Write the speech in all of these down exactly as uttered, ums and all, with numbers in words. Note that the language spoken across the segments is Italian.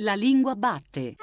La lingua batte.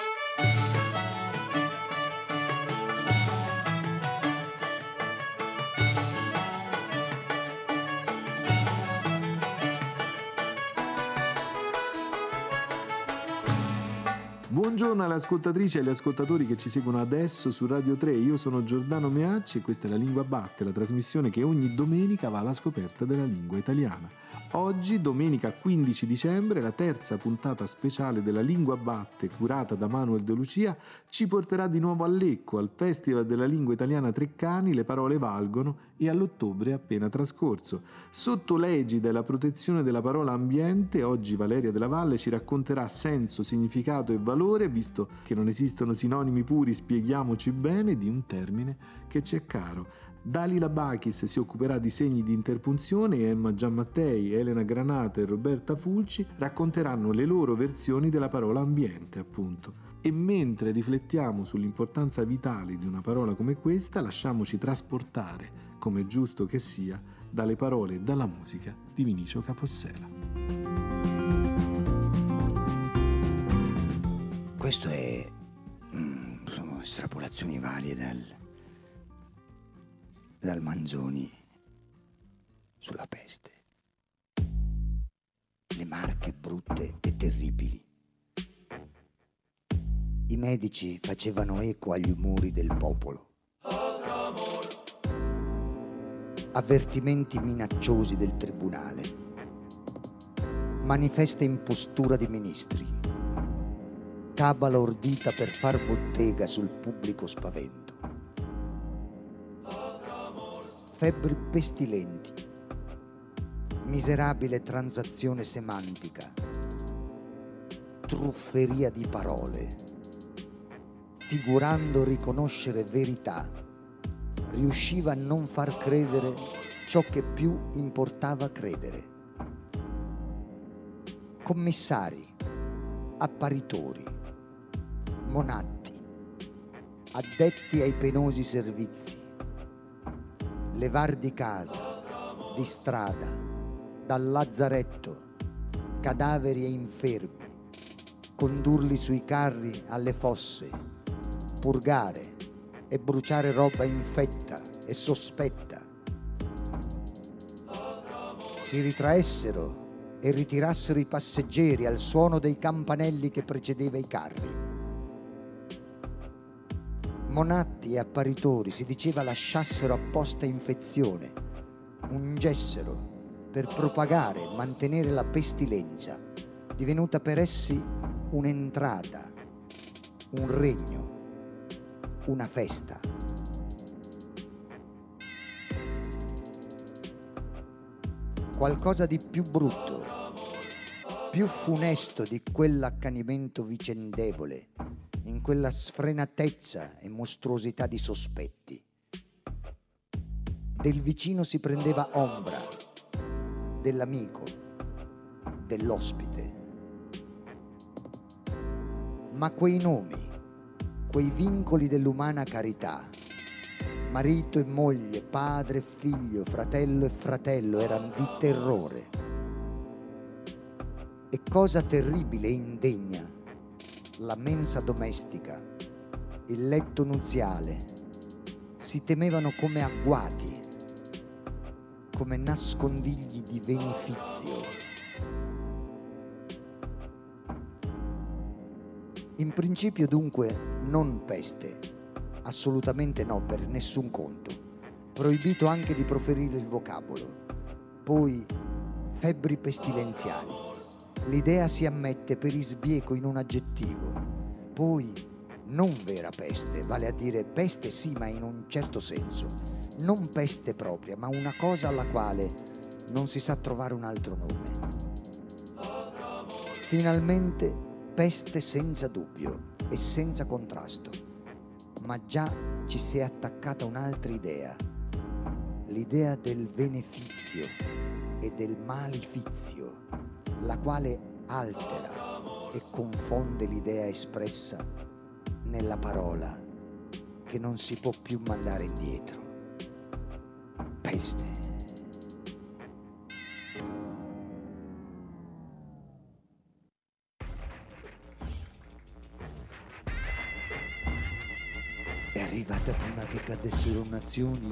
Buongiorno alle ascoltatrici e agli ascoltatori che ci seguono adesso su Radio tre. Io sono Giordano Meacci e questa è La Lingua Batte, la trasmissione che ogni domenica va alla scoperta della lingua italiana. Oggi, domenica quindici dicembre, la terza puntata speciale della Lingua Batte, curata da Manuel De Lucia, ci porterà di nuovo a Lecco, al Festival della Lingua Italiana Treccani, Le Parole Valgono, e all'ottobre appena trascorso. Sotto l'egida e la protezione della parola ambiente, oggi Valeria Della Valle ci racconterà senso, significato e valore, visto che non esistono sinonimi puri, spieghiamoci bene, di un termine che ci è caro. Dalila Bachis si occuperà di segni di interpunzione e Emma Giammattei, Elena Granata e Roberta Fulci racconteranno le loro versioni della parola ambiente, appunto. E mentre riflettiamo sull'importanza vitale di una parola come questa, lasciamoci trasportare, come è giusto che sia, dalle parole e dalla musica di Vinicio Capossela. Questo è mm, sono estrapolazioni varie dal dal Manzoni sulla peste. Le marche brutte e terribili. I medici facevano eco agli umori del popolo. Avvertimenti minacciosi del tribunale. Manifesta impostura di ministri. Cabala ordita per far bottega sul pubblico spavento. Febbri pestilenti, miserabile transazione semantica, trufferia di parole, figurando riconoscere verità, riusciva a non far credere ciò che più importava credere. Commissari, apparitori, monatti, addetti ai penosi servizi, levar di casa, di strada, dal lazzaretto, cadaveri e infermi, condurli sui carri alle fosse, purgare e bruciare roba infetta e sospetta. Si ritraessero e ritirassero i passeggeri al suono dei campanelli che precedeva i carri. Monatti e apparitori, si diceva, lasciassero apposta infezione, ungessero per propagare e mantenere la pestilenza, divenuta per essi un'entrata, un regno, una festa. Qualcosa di più brutto, più funesto di quell'accanimento vicendevole, in quella sfrenatezza e mostruosità di sospetti. Del vicino si prendeva ombra, dell'amico, dell'ospite. Ma quei nomi, quei vincoli dell'umana carità, marito e moglie, padre e figlio, fratello e fratello, erano di terrore. E cosa terribile e indegna la mensa domestica, il letto nuziale, si temevano come agguati, come nascondigli di benefizio. In principio dunque non peste, assolutamente no, per nessun conto, proibito anche di proferire il vocabolo. Poi febbri pestilenziali. L'idea si ammette per isbieco in un aggettivo. Poi non vera peste, vale a dire peste sì, ma in un certo senso. Non peste propria, ma una cosa alla quale non si sa trovare un altro nome. Finalmente peste senza dubbio e senza contrasto. Ma già ci si è attaccata un'altra idea. L'idea del benefizio e del malefizio, la quale altera e confonde l'idea espressa nella parola che non si può più mandare indietro. Peste. È arrivata prima che cadessero nazioni.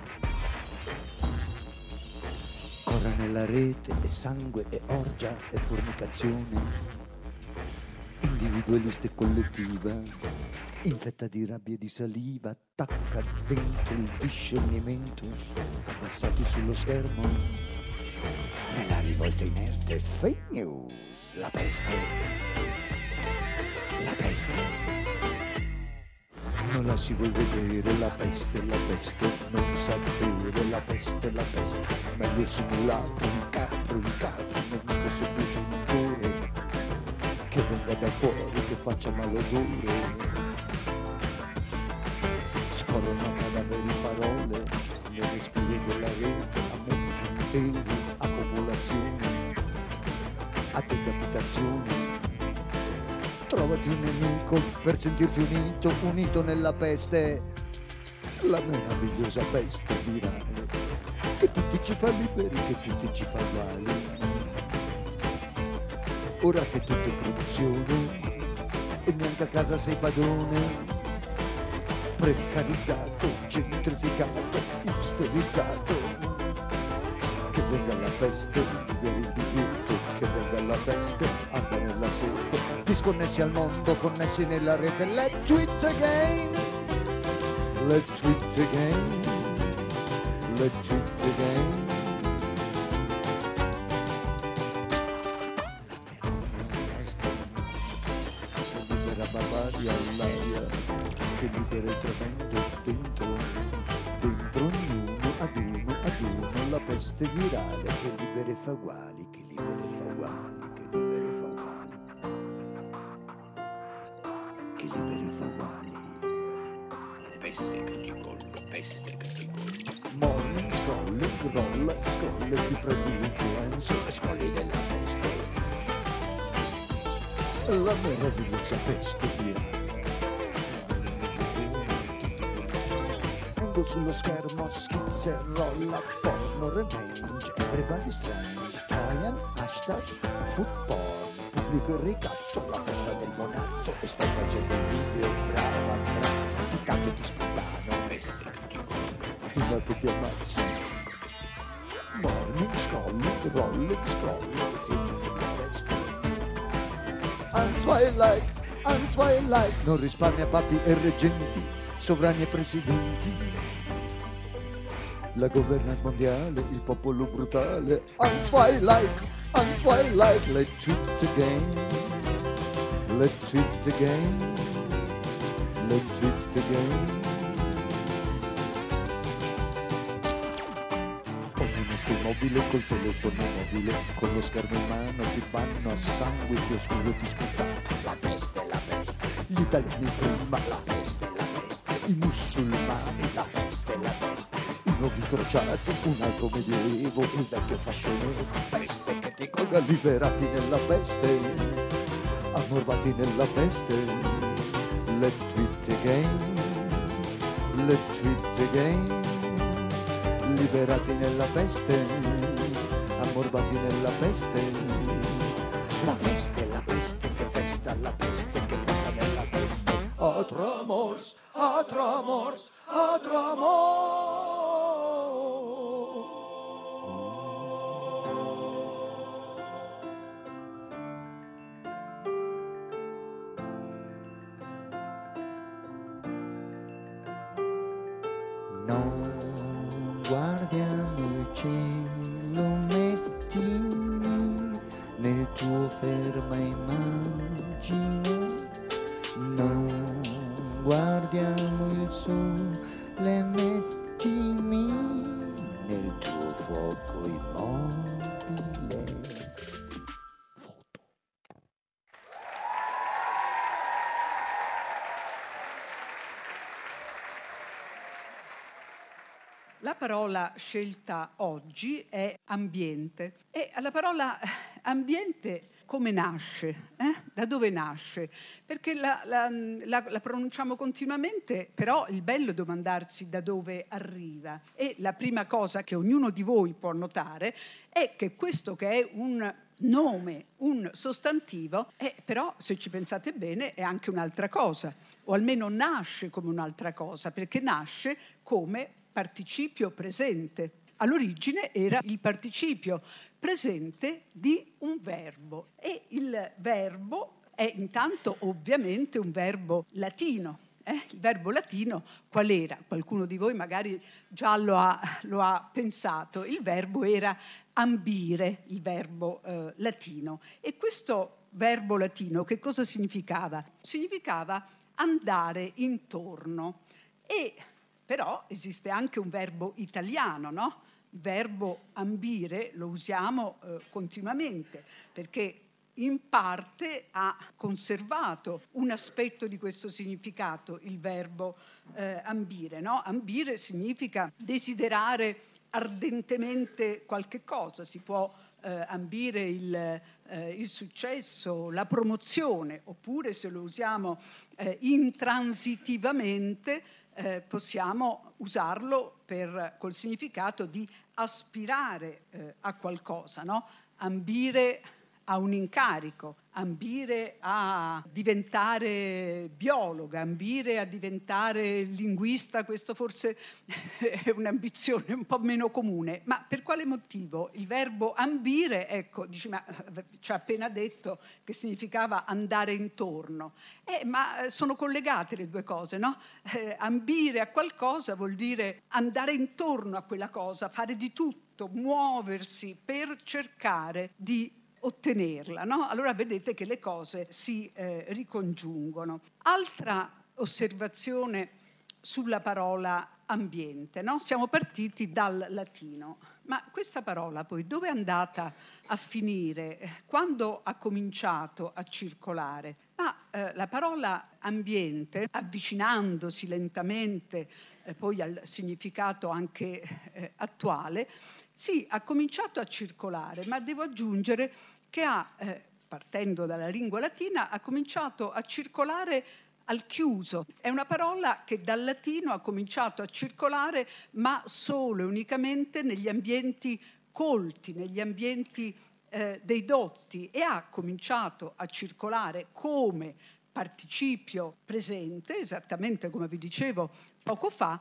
Corra nella rete e sangue e orgia e fornicazione, individualista e collettiva, infetta di rabbia e di saliva, attacca dentro il discernimento, abbassati sullo schermo, nella rivolta inerte, fake news, la peste, la peste. Non la si vuol vedere, la peste, la peste, non sapere, la peste, la peste, meglio simulato, un capro, un capro, un amico semplice un attore, che venga da fuori, che faccia malodore. Scorrono a cadaveri parole, le respiri della rete, a mondi interi, a popolazioni, a decapitazioni. Trovati un nemico per sentirti unito, unito nella peste, la meravigliosa peste virale, che tutti ci fa liberi, che tutti ci fa uguali. Ora che tutto è produzione e neanche a casa sei padrone, precarizzato, gentrificato, hipsterizzato, che venga la peste, liberi il diritto, che venga la peste, anda nella sete, disconnessi al mondo, connessi nella rete. Let's tweet again, let's tweet again, let's tweet again. La peste, che libera barbarie all'aria, che libera il tremendo dentro, dentro ognuno, ad uno, ad uno, la peste virale, che libera i faguali, che libera i faguali, che libera i faguali, che libera i faguali. Peste che ti colga, peste che ti colga. Morning scrolling, roll, scroll, ti prendi l'influencer e scrolli nella peste. La meravigliosa peste virale. Vengo sullo schermo, schizza e rolla, porno, revenge, everybody strange, Trojan, hashtag, food porn, pubblico il ricatto, la festa del monatto, e stai facendo un video, brava, brava, ti cambio di sputtano, Peste che ti colga. fino a che ti ammazzi. Morning scrolling, rolling, scrolling, ti peste. Anzweilig, Anzweilig, non risparmia papi e reggenti, sovrani e presidenti. La governance mondiale, il popolo brutale. Anzweilig, Anzweilig, let's tweet again, let's tweet again, let's tweet again. Ognuno sta immobile col telefono mobile, con lo schermo in mano, ti vanno a sangue, ti oscuro ti sputtano. La peste, la peste, gli italiani prima, la peste, la peste, i musulmani, la peste, la peste, i nuovi crociati, un altro medioevo, il vecchio fascioso, peste che ti colga, liberati nella peste, ammorbati nella peste. Let's tweet again, let's tweet again. Liberati nella peste, ammorbati nella peste. La peste, la peste, che festa, la peste, che festa nella peste. Atramors, atramors, atramors. Non guardiamo il cielo, mettimi nel tuo ferma immagine. Non guardiamo il sole, mettimi nel tuo fuoco immobile. Foto. La parola scelta oggi è ambiente e alla parola ambiente come nasce? Eh? Da dove nasce? Perché la, la, la, la pronunciamo continuamente, però il bello è domandarsi da dove arriva. E la prima cosa che ognuno di voi può notare è che questo che è un nome un sostantivo, eh, però se ci pensate bene è anche un'altra cosa, o almeno nasce come un'altra cosa, perché nasce come participio presente. All'origine era il participio presente di un verbo, e il verbo è intanto ovviamente un verbo latino. Eh? Il verbo latino qual era? Qualcuno di voi magari già lo ha, lo ha pensato. Il verbo era ambire, il verbo eh, latino. E questo verbo latino che cosa significava? Significava andare intorno. E però esiste anche un verbo italiano, no? Il verbo ambire lo usiamo eh, continuamente, perché in parte ha conservato un aspetto di questo significato, il verbo eh, ambire, no? Ambire significa desiderare ardentemente qualche cosa, si può eh, ambire il, eh, il successo, la promozione, oppure se lo usiamo eh, intransitivamente eh, possiamo usarlo per, col significato di aspirare eh, a qualcosa, no? Ambire a un incarico, ambire a diventare biologa, ambire a diventare linguista. Questo forse è un'ambizione un po' meno comune, ma per quale motivo? Il verbo ambire, ecco, dici, ma ci ha appena detto che significava andare intorno, eh, ma sono collegate le due cose, no? Eh, ambire a qualcosa vuol dire andare intorno a quella cosa, fare di tutto, muoversi per cercare di ottenerla, no? Allora vedete che le cose si eh, ricongiungono. Altra osservazione sulla parola ambiente, no? Siamo partiti dal latino, ma questa parola poi dove è andata a finire? Quando ha cominciato a circolare? Ma eh, la parola ambiente, avvicinandosi lentamente eh, poi al significato anche eh, attuale, sì, ha cominciato a circolare, ma devo aggiungere che ha, eh, partendo dalla lingua latina, ha cominciato a circolare al chiuso. È una parola che dal latino ha cominciato a circolare, ma solo e unicamente negli ambienti colti, negli ambienti eh, dei dotti, e ha cominciato a circolare come participio presente, esattamente come vi dicevo poco fa,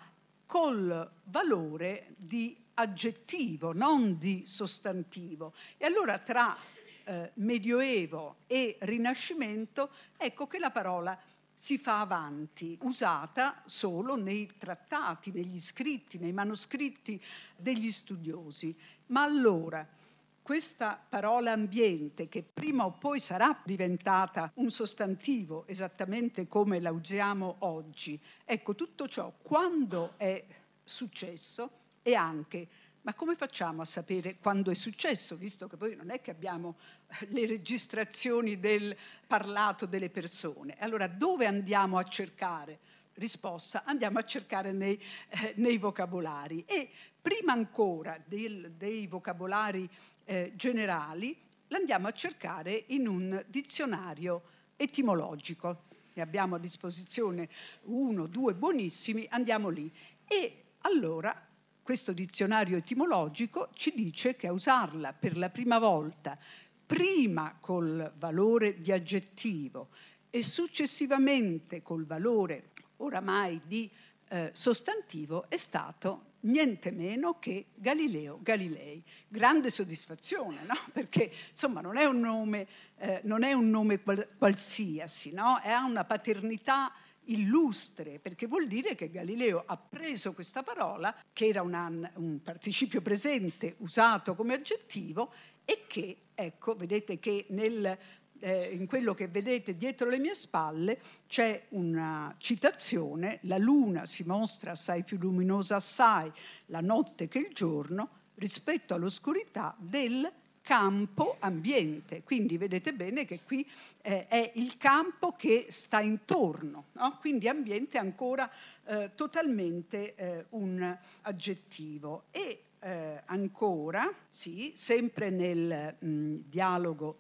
col valore di aggettivo, non di sostantivo. E allora tra eh, Medioevo e Rinascimento, ecco che la parola si fa avanti, usata solo nei trattati, negli scritti, nei manoscritti degli studiosi. Ma allora, questa parola ambiente, che prima o poi sarà diventata un sostantivo, esattamente come la usiamo oggi, ecco, tutto ciò quando è successo, e anche, ma come facciamo a sapere quando è successo, visto che poi non è che abbiamo le registrazioni del parlato delle persone? Allora, dove andiamo a cercare? Risposta: andiamo a cercare nei, eh, nei vocabolari. E prima ancora del, dei vocabolari eh, generali, l'andiamo a cercare in un dizionario etimologico. Ne abbiamo a disposizione uno, due buonissimi, andiamo lì. E allora questo dizionario etimologico ci dice che a usarla per la prima volta, prima col valore di aggettivo e successivamente col valore oramai di eh, sostantivo, è stato niente meno che Galileo Galilei. Grande soddisfazione, no? Perché insomma non è un nome, eh, non è un nome qual- qualsiasi, no? È una paternità illustre, perché vuol dire che Galileo ha preso questa parola, che era una, un participio presente usato come aggettivo, e che, ecco, vedete che nel, eh, in quello che vedete dietro le mie spalle c'è una citazione: la luna si mostra assai più luminosa assai la notte che il giorno rispetto all'oscurità del campo ambiente. Quindi vedete bene che qui eh, è il campo che sta intorno, no? Quindi ambiente è ancora eh, totalmente eh, un aggettivo. E eh, ancora, sì, sempre nel mh, dialogo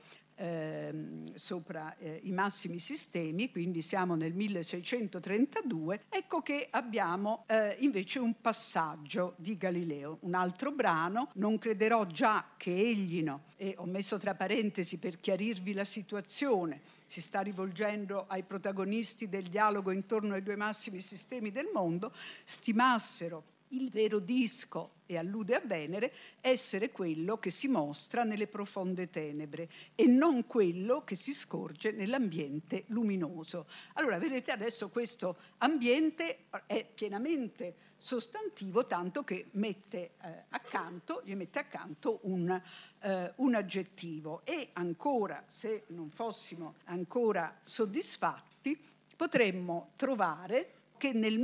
ehm, sopra eh, i massimi sistemi, quindi siamo nel milleseicentotrentadue, ecco che abbiamo eh, invece un passaggio di Galileo, un altro brano, Non crederò già che eglino, e ho messo tra parentesi per chiarirvi la situazione, si sta rivolgendo ai protagonisti del dialogo intorno ai due massimi sistemi del mondo, stimassero il vero disco, e allude a Venere, essere quello che si mostra nelle profonde tenebre e non quello che si scorge nell'ambiente luminoso. Allora, vedete, adesso questo ambiente è pienamente sostantivo, tanto che mette eh, accanto, gli mette accanto un, eh, un aggettivo. E ancora, se non fossimo ancora soddisfatti, potremmo trovare che nel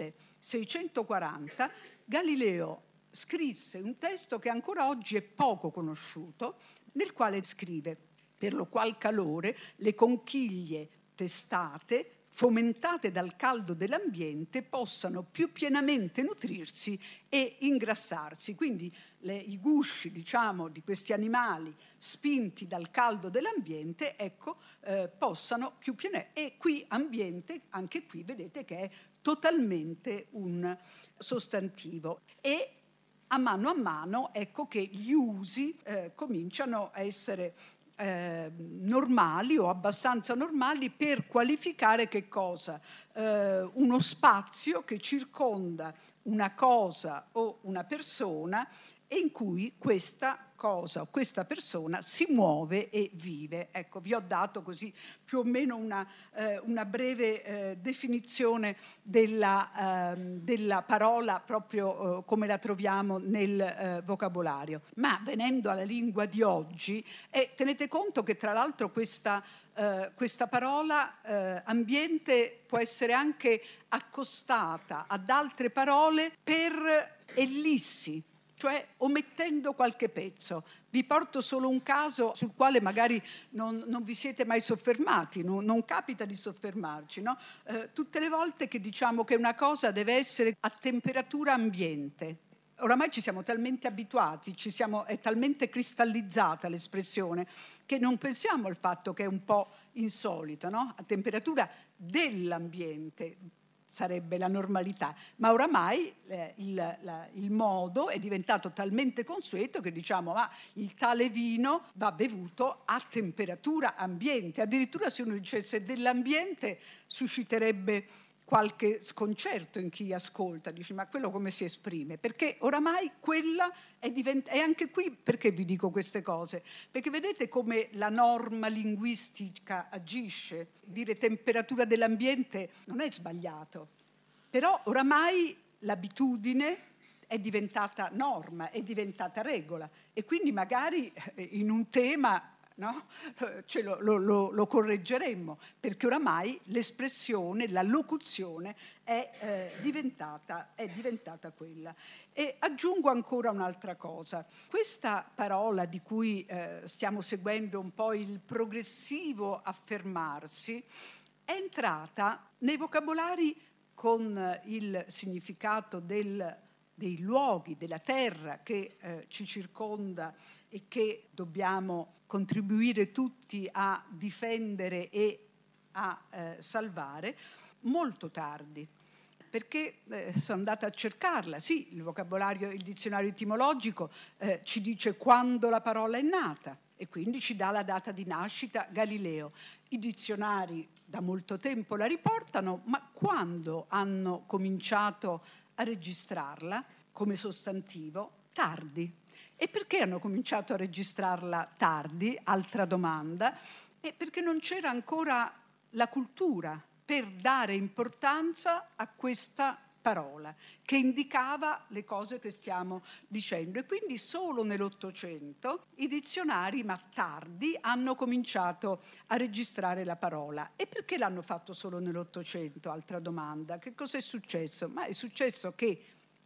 milleseicentoquaranta Galileo scrisse un testo che ancora oggi è poco conosciuto, nel quale scrive: per lo qual calore le conchiglie testate, fomentate dal caldo dell'ambiente, possano più pienamente nutrirsi e ingrassarsi. Quindi le, i gusci, diciamo, di questi animali spinti dal caldo dell'ambiente, ecco, eh, possano più pienamente. E qui ambiente, anche qui vedete che è totalmente un sostantivo. E a mano a mano, ecco che gli usi eh, cominciano a essere eh, normali o abbastanza normali per qualificare che cosa? Eh, uno spazio che circonda una cosa o una persona e in cui questa cosa o questa persona si muove e vive. Ecco, vi ho dato così più o meno una, eh, una breve eh, definizione della, eh, della parola proprio eh, come la troviamo nel eh, vocabolario. Ma venendo alla lingua di oggi, eh, tenete conto che tra l'altro questa, eh, questa parola eh, ambiente può essere anche accostata ad altre parole per ellissi, cioè omettendo qualche pezzo. Vi porto solo un caso sul quale magari non, non vi siete mai soffermati, non, non capita di soffermarci, no? Eh, tutte le volte che diciamo che una cosa deve essere a temperatura ambiente, oramai ci siamo talmente abituati, ci siamo, è talmente cristallizzata l'espressione, che non pensiamo al fatto che è un po' insolita, no? A temperatura dell'ambiente sarebbe la normalità, ma oramai eh, il, la, il modo è diventato talmente consueto che diciamo ma il tale vino va bevuto a temperatura ambiente. Addirittura se uno dicesse dell'ambiente susciterebbe qualche sconcerto in chi ascolta, dice ma quello come si esprime? Perché oramai quella è diventata, e anche qui perché vi dico queste cose? Perché vedete come la norma linguistica agisce, dire temperatura dell'ambiente non è sbagliato, però oramai l'abitudine è diventata norma, è diventata regola e quindi magari in un tema no? Ce lo, lo, lo, lo correggeremmo, perché oramai l'espressione, la locuzione è, eh, diventata, è diventata quella. E aggiungo ancora un'altra cosa. Questa parola di cui eh, stiamo seguendo un po' il progressivo affermarsi è entrata nei vocabolari con il significato del, dei luoghi, della terra che eh, ci circonda e che dobbiamo contribuire tutti a difendere e a eh, salvare, molto tardi, perché eh, sono andata a cercarla. Sì, il vocabolario, il dizionario etimologico eh, ci dice quando la parola è nata e quindi ci dà la data di nascita Galileo. I dizionari da molto tempo la riportano, ma quando hanno cominciato a registrarla come sostantivo? Tardi. E perché hanno cominciato a registrarla tardi? Altra domanda. E perché non c'era ancora la cultura per dare importanza a questa parola che indicava le cose che stiamo dicendo. E quindi solo nell'Ottocento i dizionari, ma tardi, hanno cominciato a registrare la parola. E perché l'hanno fatto solo nell'Ottocento? Altra domanda. Che cosa è successo? Ma è successo che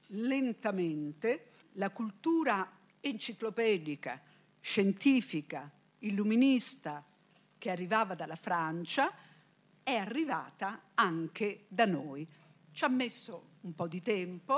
lentamente la cultura enciclopedica, scientifica, illuminista che arrivava dalla Francia è arrivata anche da noi. Ci ha messo un po' di tempo,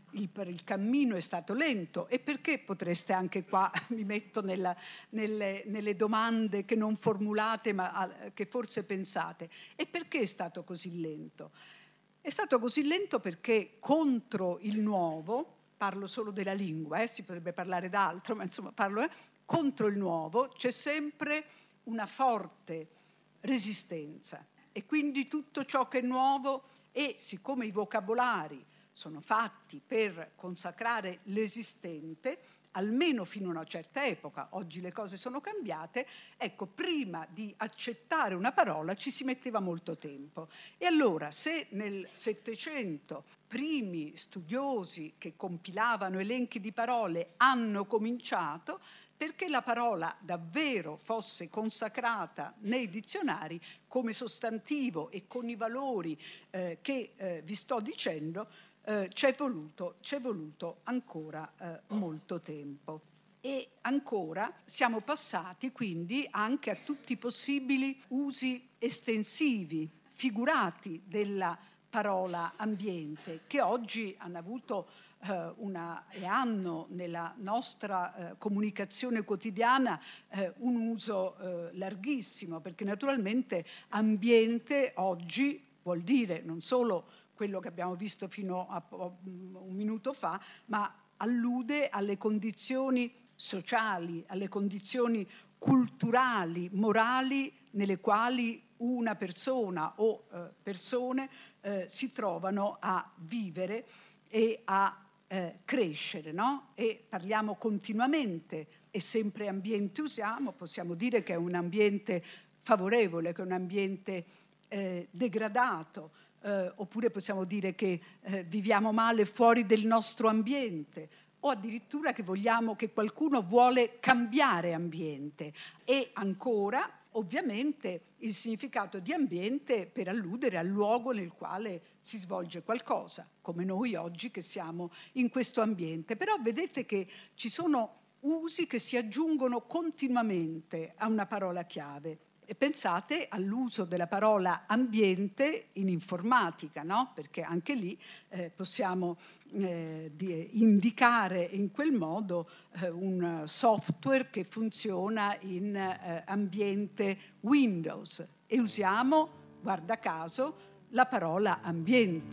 il, il cammino è stato lento. E perché, potreste anche qua, mi metto nella, nelle, nelle domande che non formulate ma a, che forse pensate, e perché è stato così lento? È stato così lento perché contro il nuovo, parlo solo della lingua, eh, si potrebbe parlare d'altro, ma insomma parlo, eh, contro il nuovo c'è sempre una forte resistenza, e quindi tutto ciò che è nuovo, e siccome i vocabolari sono fatti per consacrare l'esistente, almeno fino a una certa epoca, oggi le cose sono cambiate, ecco, prima di accettare una parola ci si metteva molto tempo. E allora, se nel Settecento primi studiosi che compilavano elenchi di parole hanno cominciato, perché la parola davvero fosse consacrata nei dizionari come sostantivo e con i valori eh, che eh, vi sto dicendo, eh, c'è voluto, c'è voluto ancora eh, molto tempo. E ancora siamo passati quindi anche a tutti i possibili usi estensivi, figurati della parola ambiente, che oggi hanno avuto eh, una, e hanno nella nostra eh, comunicazione quotidiana eh, un uso eh, larghissimo, perché naturalmente ambiente oggi vuol dire non solo quello che abbiamo visto fino a un minuto fa, ma allude alle condizioni sociali, alle condizioni culturali, morali nelle quali una persona o eh, persone eh, si trovano a vivere e a eh, crescere, no? E parliamo continuamente, e sempre ambiente usiamo, possiamo dire che è un ambiente favorevole, che è un ambiente eh, degradato, eh, oppure possiamo dire che eh, viviamo male fuori del nostro ambiente, o addirittura che vogliamo, che qualcuno vuole cambiare ambiente. E ancora, ovviamente, il significato di ambiente per alludere al luogo nel quale si svolge qualcosa, come noi oggi che siamo in questo ambiente. Però vedete che ci sono usi che si aggiungono continuamente a una parola chiave. E pensate all'uso della parola ambiente in informatica, no? Perché anche lì eh, possiamo eh, di, indicare in quel modo eh, un software che funziona in eh, ambiente Windows, e usiamo, guarda caso, la parola ambiente.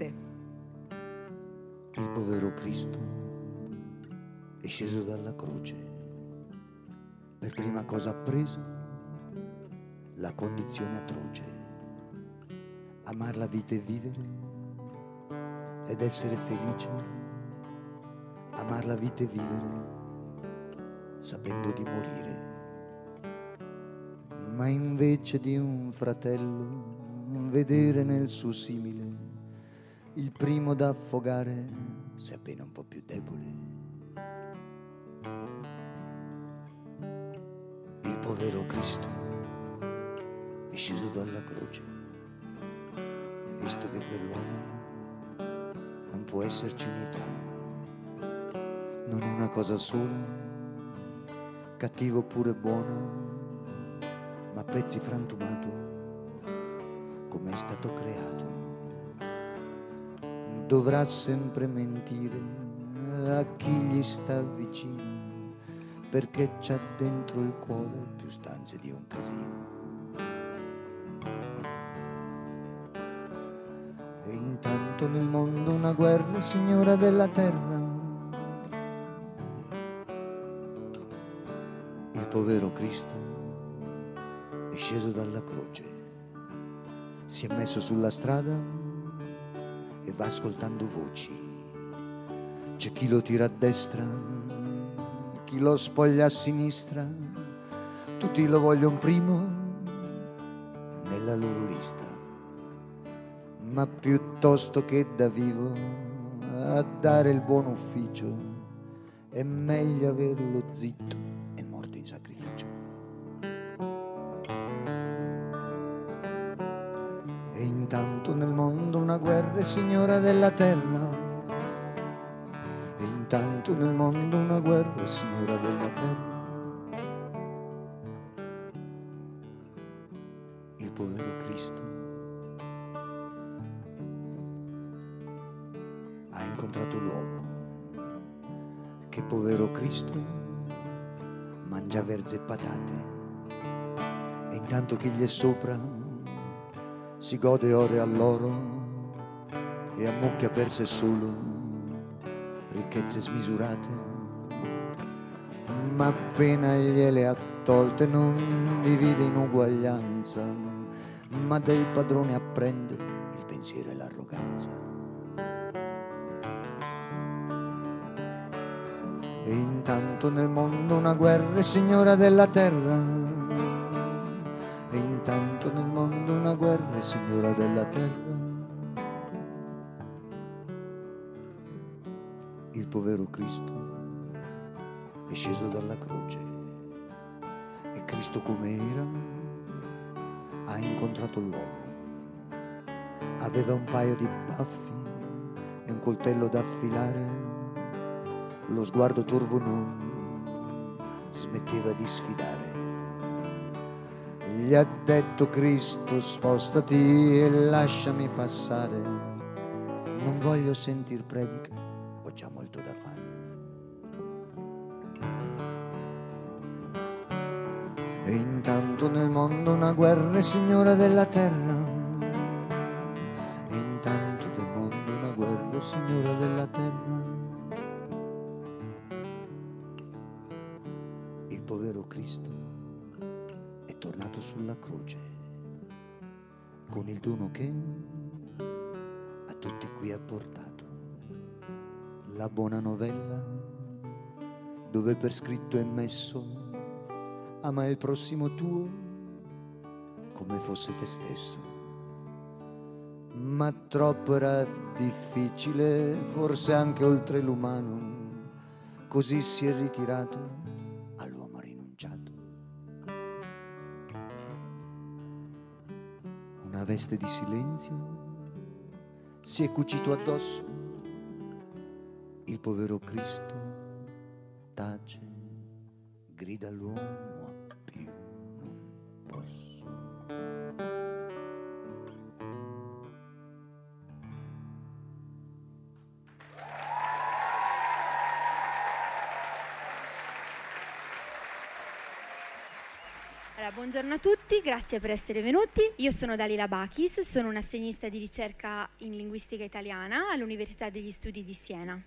Il povero Cristo è sceso dalla croce, per prima cosa ha preso la condizione atroce, amar la vita e vivere ed essere felice, amar la vita e vivere sapendo di morire. Ma invece di un fratello vedere nel suo simile il primo da affogare, se appena un po' più debole. Il povero Cristo è sceso dalla croce e visto che per l'uomo non può esserci unità, non una cosa sola, cattivo oppure buono, ma pezzi frantumato come è stato creato. Dovrà sempre mentire a chi gli sta vicino, perché c'ha dentro il cuore più stanze di un casino. E intanto nel mondo una guerra, signora della terra. Il povero Cristo è sceso dalla croce, si è messo sulla strada e va ascoltando voci. C'è chi lo tira a destra, chi lo spoglia a sinistra, tutti lo vogliono primo nella loro lista. Ma piuttosto che da vivo a dare il buon ufficio, è meglio averlo zitto e morto in sacrificio. E intanto nel mondo una guerra è signora della terra. E intanto nel mondo una guerra è signora della terra. Il povero Cristo ha incontrato l'uomo che povero Cristo mangia verze e patate, e intanto chi gli è sopra si gode ore all'oro e ammucchia per sé solo ricchezze smisurate, ma appena gliele ha tolte non divide in uguaglianza, ma del padrone apprende il pensiero e l'arroganza. E intanto nel mondo una guerra è signora della terra, e intanto nel mondo una guerra è signora della terra. Il povero Cristo è sceso dalla croce e Cristo come era ha incontrato l'uomo. Aveva un paio di baffi e un coltello da affilare, lo sguardo torvo non smetteva di sfidare. Gli ha detto: Cristo, spostati e lasciami passare, non voglio sentir prediche, ho già molto da fare. E intanto nel mondo una guerra è signora della terra, e intanto nel mondo una guerra è signora della terra. Il povero Cristo è tornato sulla croce con il dono che a tutti qui ha portato, la buona novella dove per scritto è messo: ama il prossimo tuo come fosse te stesso. Ma troppo era difficile, forse anche oltre l'umano, così si è ritirato, all'uomo ha rinunciato. Una veste di silenzio si è cucito addosso, il povero Cristo tace, grida all'uomo: più non posso. Allora, buongiorno a tutti, grazie per essere venuti. Io sono Dalila Bachis, sono un'assegnista di ricerca in linguistica italiana all'Università degli Studi di Siena.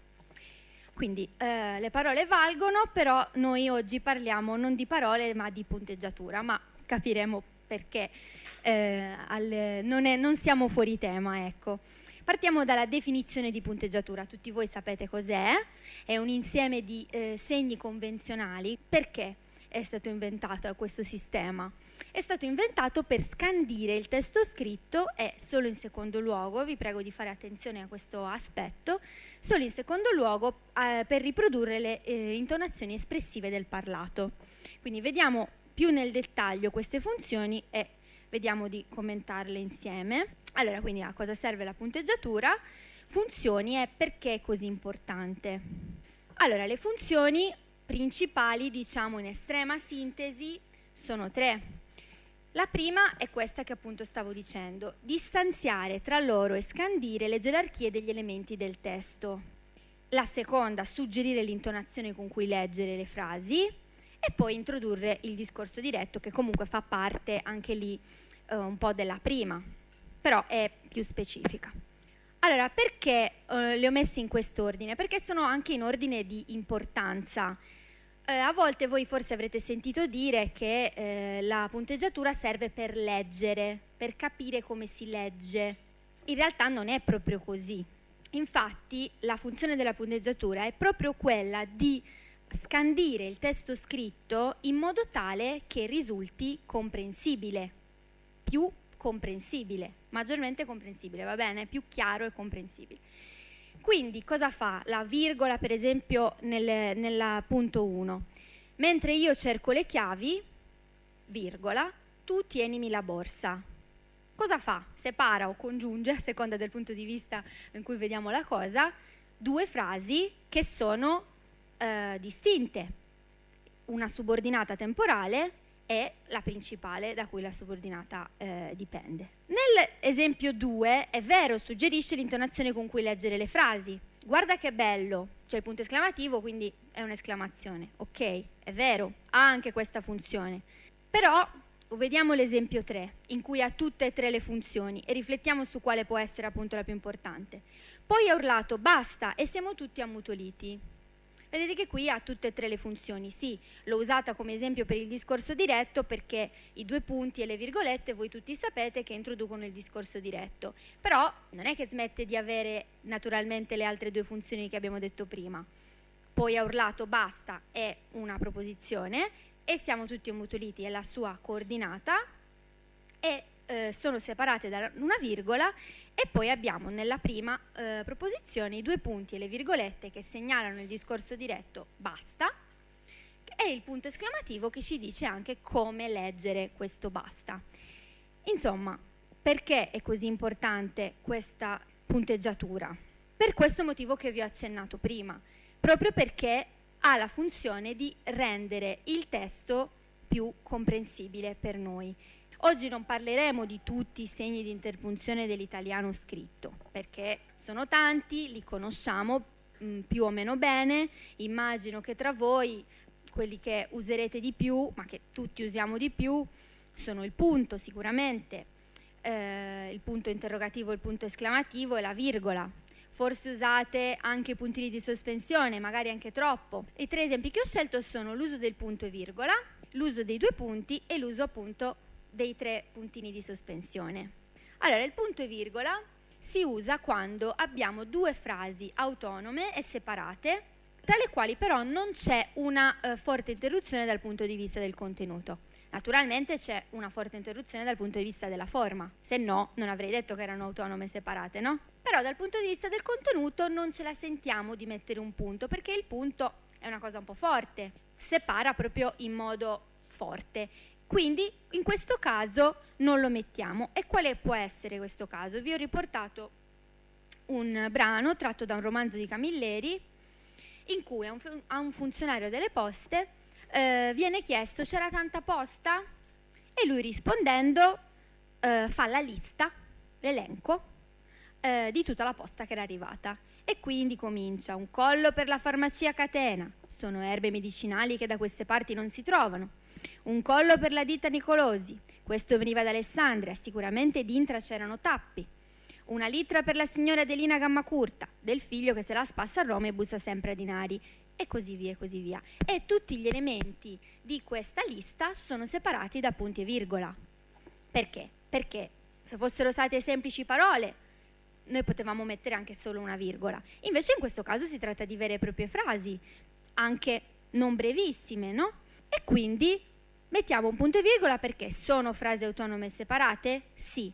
Quindi eh, le parole valgono, però noi oggi parliamo non di parole ma di punteggiatura, ma capiremo perché eh, al, non, è, non siamo fuori tema, ecco. Partiamo dalla definizione di punteggiatura. Tutti voi sapete cos'è, è un insieme di eh, segni convenzionali. Perché è stato inventato questo sistema? È stato inventato per scandire il testo scritto e, solo in secondo luogo, vi prego di fare attenzione a questo aspetto, solo in secondo luogo eh, per riprodurre le eh, intonazioni espressive del parlato. Quindi vediamo più nel dettaglio queste funzioni e vediamo di commentarle insieme. Allora, quindi a cosa serve la punteggiatura? Funzioni e perché è così importante. Allora, le funzioni principali, diciamo in estrema sintesi, sono tre. La prima è questa che appunto stavo dicendo: distanziare tra loro e scandire le gerarchie degli elementi del testo. La seconda, suggerire l'intonazione con cui leggere le frasi, e poi introdurre il discorso diretto, che comunque fa parte anche lì eh, un po' della prima, però è più specifica. Allora, perché eh, le ho messe in quest'ordine? Perché sono anche in ordine di importanza. Eh, a volte voi forse avrete sentito dire che eh, la punteggiatura serve per leggere, per capire come si legge. In realtà non è proprio così. Infatti la funzione della punteggiatura è proprio quella di scandire il testo scritto in modo tale che risulti comprensibile, più comprensibile, maggiormente comprensibile, va bene? Più chiaro e comprensibile. Quindi cosa fa la virgola, per esempio, nel, nella punto uno? Mentre io cerco le chiavi, virgola, tu tienimi la borsa. Cosa fa? Separa o congiunge, a seconda del punto di vista in cui vediamo la cosa, due frasi che sono eh, distinte. Una subordinata temporale e la principale da cui la subordinata eh, dipende. Nell'esempio due, è vero, suggerisce l'intonazione con cui leggere le frasi, guarda che bello, c'è il punto esclamativo, quindi è un'esclamazione. Ok, è vero, ha anche questa funzione. Però vediamo l'esempio tre, in cui ha tutte e tre le funzioni e riflettiamo su quale può essere appunto la più importante. Poi ha urlato basta e siamo tutti ammutoliti. Vedete che qui ha tutte e tre le funzioni. Sì, l'ho usata come esempio per il discorso diretto perché i due punti e le virgolette voi tutti sapete che introducono il discorso diretto. Però non è che smette di avere naturalmente le altre due funzioni che abbiamo detto prima. Poi ha urlato basta è una proposizione e siamo tutti ammutoliti è la sua coordinata e eh, sono separate da una virgola e poi abbiamo nella prima eh, proposizione i due punti e le virgolette che segnalano il discorso diretto basta e il punto esclamativo che ci dice anche come leggere questo basta. Insomma, perché è così importante questa punteggiatura? Per questo motivo che vi ho accennato prima, proprio perché ha la funzione di rendere il testo più comprensibile per noi. Oggi non parleremo di tutti i segni di interpunzione dell'italiano scritto, perché sono tanti, li conosciamo mh, più o meno bene, immagino che tra voi quelli che userete di più, ma che tutti usiamo di più, sono il punto sicuramente, eh, il punto interrogativo, il punto esclamativo e la virgola. Forse usate anche i puntini di sospensione, magari anche troppo. I tre esempi che ho scelto sono l'uso del punto e virgola, l'uso dei due punti e l'uso appunto dei tre puntini di sospensione. Allora, il punto e virgola si usa quando abbiamo due frasi autonome e separate, tra le quali però non c'è una eh, forte interruzione dal punto di vista del contenuto. Naturalmente c'è una forte interruzione dal punto di vista della forma, se no non avrei detto che erano autonome e separate, no? Però dal punto di vista del contenuto non ce la sentiamo di mettere un punto, perché il punto è una cosa un po' forte, separa proprio in modo forte. Quindi in questo caso non lo mettiamo. E quale può essere questo caso? Vi ho riportato un brano tratto da un romanzo di Camilleri in cui a un, a un funzionario delle poste eh, viene chiesto c'era tanta posta? E lui rispondendo eh, fa la lista, l'elenco eh, di tutta la posta che era arrivata. E quindi comincia un collo per la farmacia Catena, sono erbe medicinali che da queste parti non si trovano. Un collo per la ditta Nicolosi, questo veniva da Alessandria, sicuramente d'intra c'erano tappi. Una litra per la signora Adelina Gammacurta, del figlio che se la spassa a Roma e bussa sempre a dinari, e così via e così via. E tutti gli elementi di questa lista sono separati da punti e virgola. Perché? Perché se fossero state semplici parole, noi potevamo mettere anche solo una virgola. Invece in questo caso si tratta di vere e proprie frasi, anche non brevissime, no? E quindi mettiamo un punto e virgola perché sono frasi autonome e separate? Sì.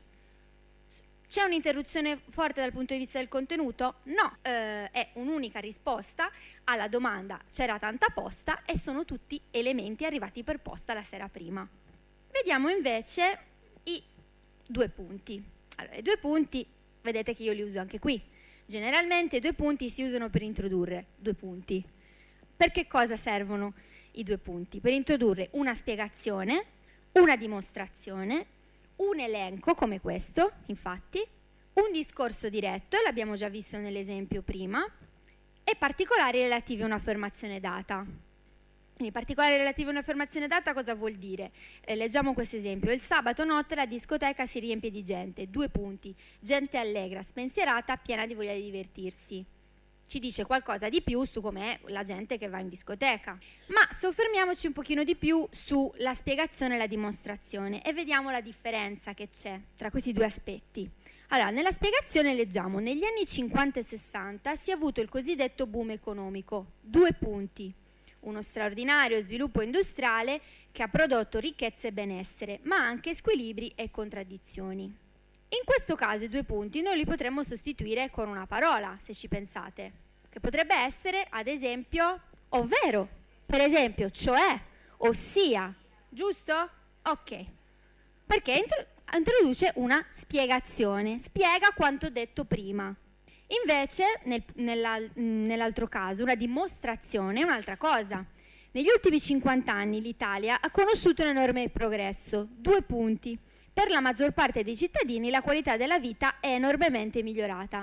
C'è un'interruzione forte dal punto di vista del contenuto? No, eh, è un'unica risposta alla domanda c'era tanta posta e sono tutti elementi arrivati per posta la sera prima. Vediamo invece i due punti. Allora, i due punti, vedete che io li uso anche qui. Generalmente i due punti si usano per introdurre due punti. Per che cosa servono i due punti? Per introdurre una spiegazione, una dimostrazione, un elenco come questo, infatti, un discorso diretto, l'abbiamo già visto nell'esempio prima, e particolari relativi a un'affermazione data. Quindi particolari relativi a un'affermazione data cosa vuol dire? Eh, leggiamo questo esempio. Il sabato notte la discoteca si riempie di gente, due punti, gente allegra, spensierata, piena di voglia di divertirsi. Ci dice qualcosa di più su com'è la gente che va in discoteca. Ma soffermiamoci un pochino di più sulla spiegazione e la dimostrazione e vediamo la differenza che c'è tra questi due aspetti. Allora, nella spiegazione leggiamo: negli anni cinquanta e sessanta si è avuto il cosiddetto boom economico, due punti, uno straordinario sviluppo industriale che ha prodotto ricchezza e benessere, ma anche squilibri e contraddizioni. In questo caso i due punti noi li potremmo sostituire con una parola, se ci pensate, che potrebbe essere, ad esempio, ovvero, per esempio, cioè, ossia, giusto? Ok, perché intro- introduce una spiegazione, spiega quanto detto prima. Invece, nel, nella, nell'altro caso, una dimostrazione è un'altra cosa. Negli ultimi cinquanta anni l'Italia ha conosciuto un enorme progresso, due punti. Per la maggior parte dei cittadini la qualità della vita è enormemente migliorata.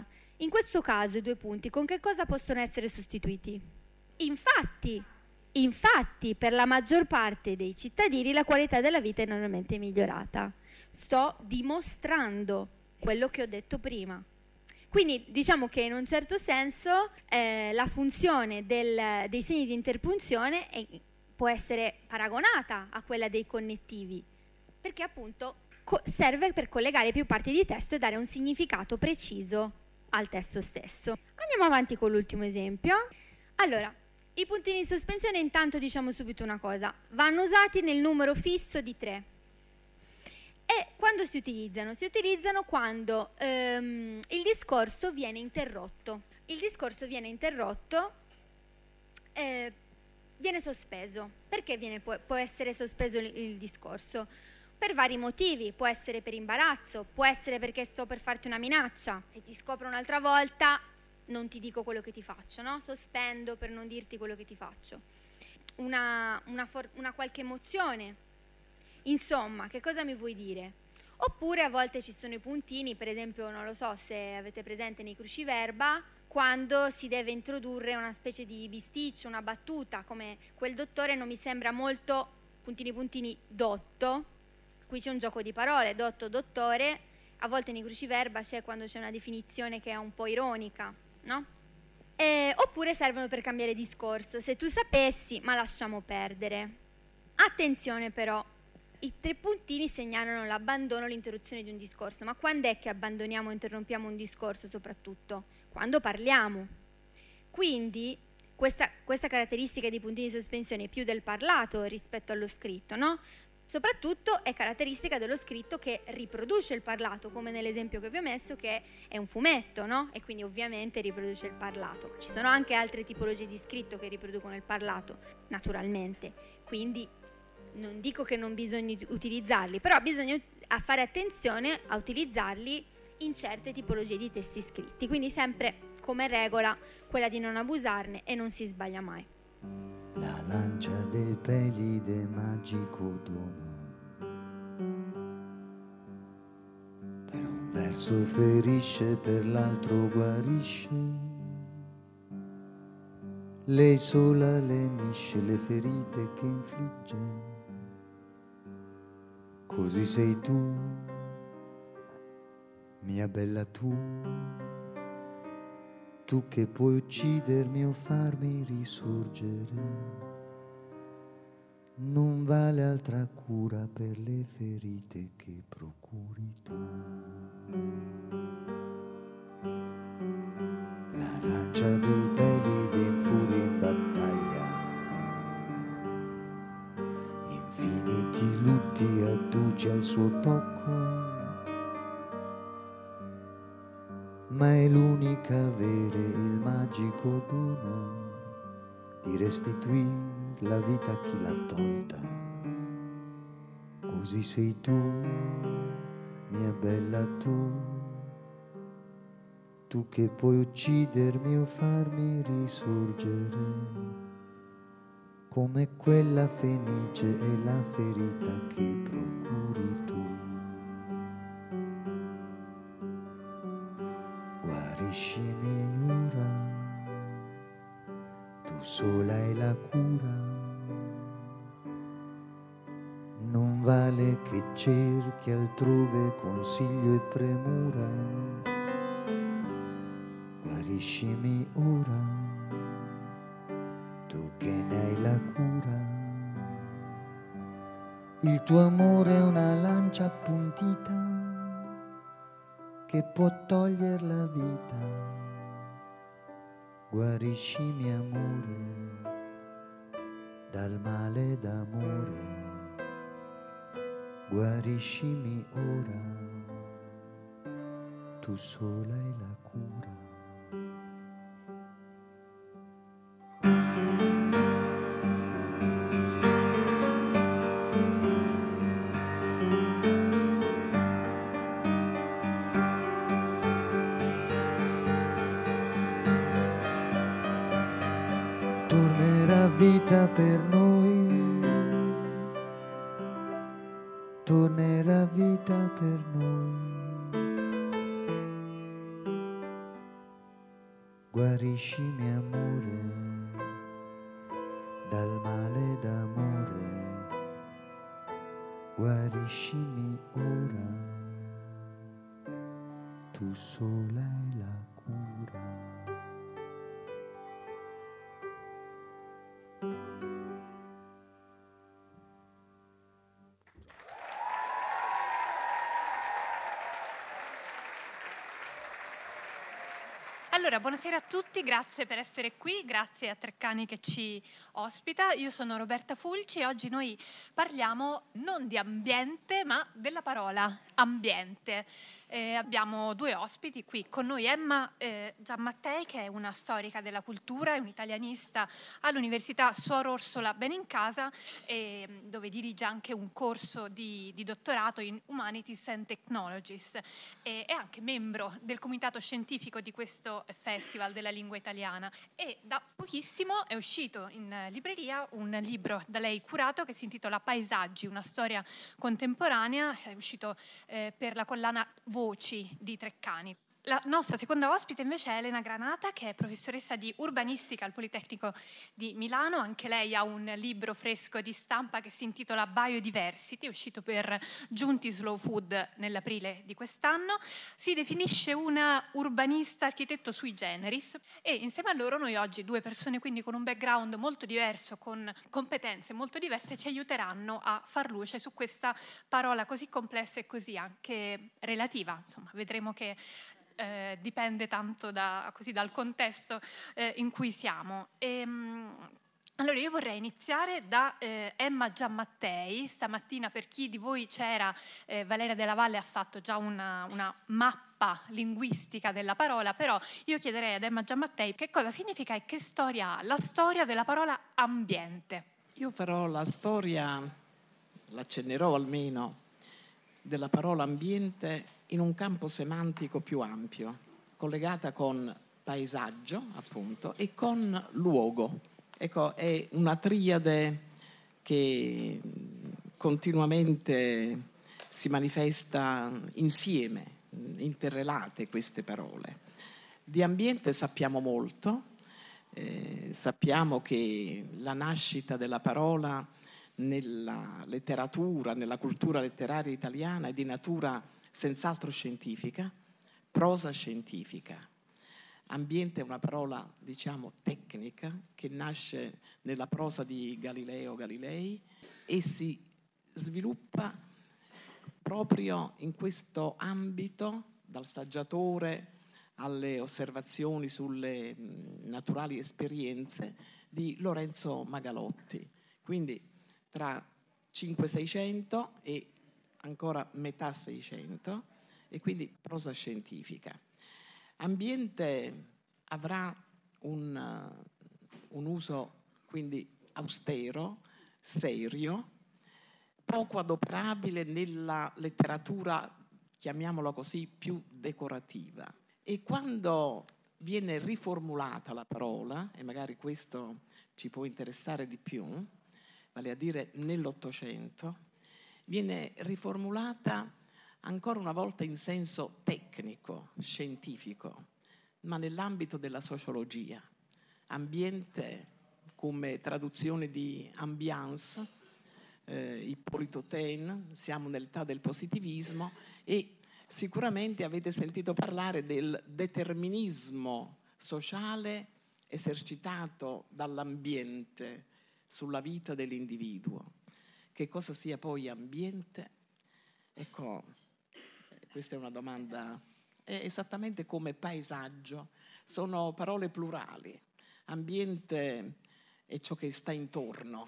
In questo caso i due punti con che cosa possono essere sostituiti? Infatti, infatti per la maggior parte dei cittadini la qualità della vita è enormemente migliorata. Sto dimostrando quello che ho detto prima. Quindi diciamo che in un certo senso eh, la funzione del, dei segni di interpunzione è, può essere paragonata a quella dei connettivi, perché appunto co- serve per collegare più parti di testo e dare un significato preciso al testo stesso. Andiamo avanti con l'ultimo esempio. Allora, i puntini di sospensione, intanto diciamo subito una cosa, vanno usati nel numero fisso di tre. E quando si utilizzano? Si utilizzano quando ehm, il discorso viene interrotto. Il discorso viene interrotto, eh, viene sospeso. Perché viene, può, può essere sospeso il, il discorso? Per vari motivi, può essere per imbarazzo, può essere perché sto per farti una minaccia. Se ti scopro un'altra volta non ti dico quello che ti faccio, no? Sospendo per non dirti quello che ti faccio. Una, una, for- una qualche emozione. Insomma, che cosa mi vuoi dire? Oppure a volte ci sono i puntini, per esempio, non lo so se avete presente nei cruciverba, quando si deve introdurre una specie di bisticcio, una battuta, come quel dottore non mi sembra molto, puntini puntini, dotto. Qui c'è un gioco di parole, dotto, dottore. A volte nei cruciverba c'è quando c'è una definizione che è un po' ironica, no? Eh, oppure servono per cambiare discorso. Se tu sapessi, ma lasciamo perdere. Attenzione però. I tre puntini segnalano l'abbandono o l'interruzione di un discorso, ma quando è che abbandoniamo o interrompiamo un discorso soprattutto? Quando parliamo. Quindi questa, questa caratteristica dei puntini di sospensione è più del parlato rispetto allo scritto, no? Soprattutto è caratteristica dello scritto che riproduce il parlato, come nell'esempio che vi ho messo che è un fumetto, no? E quindi ovviamente riproduce il parlato. Ci sono anche altre tipologie di scritto che riproducono il parlato, naturalmente, quindi non dico che non bisogna utilizzarli, però bisogna fare attenzione a utilizzarli in certe tipologie di testi scritti, quindi sempre come regola quella di non abusarne e non si sbaglia mai. La lancia del pelide magico dono, per un verso ferisce, per l'altro guarisce, lei sola lenisce le ferite che infligge. Così sei tu, mia bella tu, tu che puoi uccidermi o farmi risorgere. Non vale altra cura per le ferite che procuri tu. La lancia del pelide in furia in battaglia, infiniti lutti adduce al suo tocco, ma è l'unica a avere il magico dono di restituire la vita a chi l'ha tolta. Così sei tu, mia bella tu, tu che puoi uccidermi o farmi risorgere, come quella fenice è la ferita che procuri tu. Guariscimi ora, tu sola hai la cura, non vale che cerchi altrove consiglio e premura. Guariscimi ora, tu che ne hai la cura, il tuo amore è una lancia appuntita che può togliere la vita. Guariscimi amore dal male d'amore, guariscimi ora, tu sola hai la cura. Tornerà vita per noi, tornerà vita per noi, guariscimi amore dal male d'amore, guariscimi ora, tu sola hai la cura. Allora, buonasera a tutti, grazie per essere qui, grazie a Treccani che ci ospita. Io sono Roberta Fulci e oggi noi parliamo non di ambiente, ma della parola ambiente. Eh, abbiamo due ospiti qui con noi, Emma eh, Giammattei, che è una storica della cultura, è un'italianista all'Università Suor Orsola Benincasa, eh, dove dirige anche un corso di, di dottorato in Humanities and Technologies. Eh, è anche membro del comitato scientifico di questo Festival della Lingua Italiana e da pochissimo è uscito in libreria un libro da lei curato che si intitola Paesaggi, una storia contemporanea, è uscito eh, per la collana Voci di Treccani. La nostra seconda ospite invece è Elena Granata, che è professoressa di urbanistica al Politecnico di Milano. Anche lei ha un libro fresco di stampa che si intitola Biodiversity, è uscito per Giunti Slow Food nell'aprile di quest'anno. Si definisce una urbanista architetto sui generis e insieme a loro noi oggi, due persone quindi con un background molto diverso, con competenze molto diverse, ci aiuteranno a far luce su questa parola così complessa e così anche relativa. Insomma, vedremo che Eh, dipende tanto da, così, dal contesto eh, in cui siamo. E, mh, allora io vorrei iniziare da eh, Emma Giammattei. Stamattina, per chi di voi c'era, eh, Valeria Della Valle ha fatto già una, una mappa linguistica della parola, però io chiederei ad Emma Giammattei che cosa significa e che storia ha la storia della parola ambiente. Io farò la storia, l'accennerò almeno, della parola ambiente in un campo semantico più ampio, collegata con paesaggio, appunto, e con luogo. Ecco, è una triade che continuamente si manifesta insieme, interrelate queste parole. Di ambiente sappiamo molto, eh, sappiamo che la nascita della parola nella letteratura, nella cultura letteraria italiana è di natura senz'altro scientifica, prosa scientifica. Ambiente è una parola, diciamo, tecnica che nasce nella prosa di Galileo Galilei e si sviluppa proprio in questo ambito, dal saggiatore alle osservazioni sulle naturali esperienze di Lorenzo Magalotti. Quindi tra cinque seicento e ancora metà seicento, e quindi prosa scientifica. Ambiente avrà un, un uso quindi austero, serio, poco adoperabile nella letteratura, chiamiamola così, più decorativa. E quando viene riformulata la parola, e magari questo ci può interessare di più, vale a dire nell'Ottocento, viene riformulata ancora una volta in senso tecnico, scientifico, ma nell'ambito della sociologia. Ambiente come traduzione di ambiance, eh, Ippolito Taine, siamo nell'età del positivismo, e sicuramente avete sentito parlare del determinismo sociale esercitato dall'ambiente sulla vita dell'individuo. Che cosa sia poi ambiente? Ecco, questa è una domanda, è esattamente come paesaggio, sono parole plurali. Ambiente è ciò che sta intorno,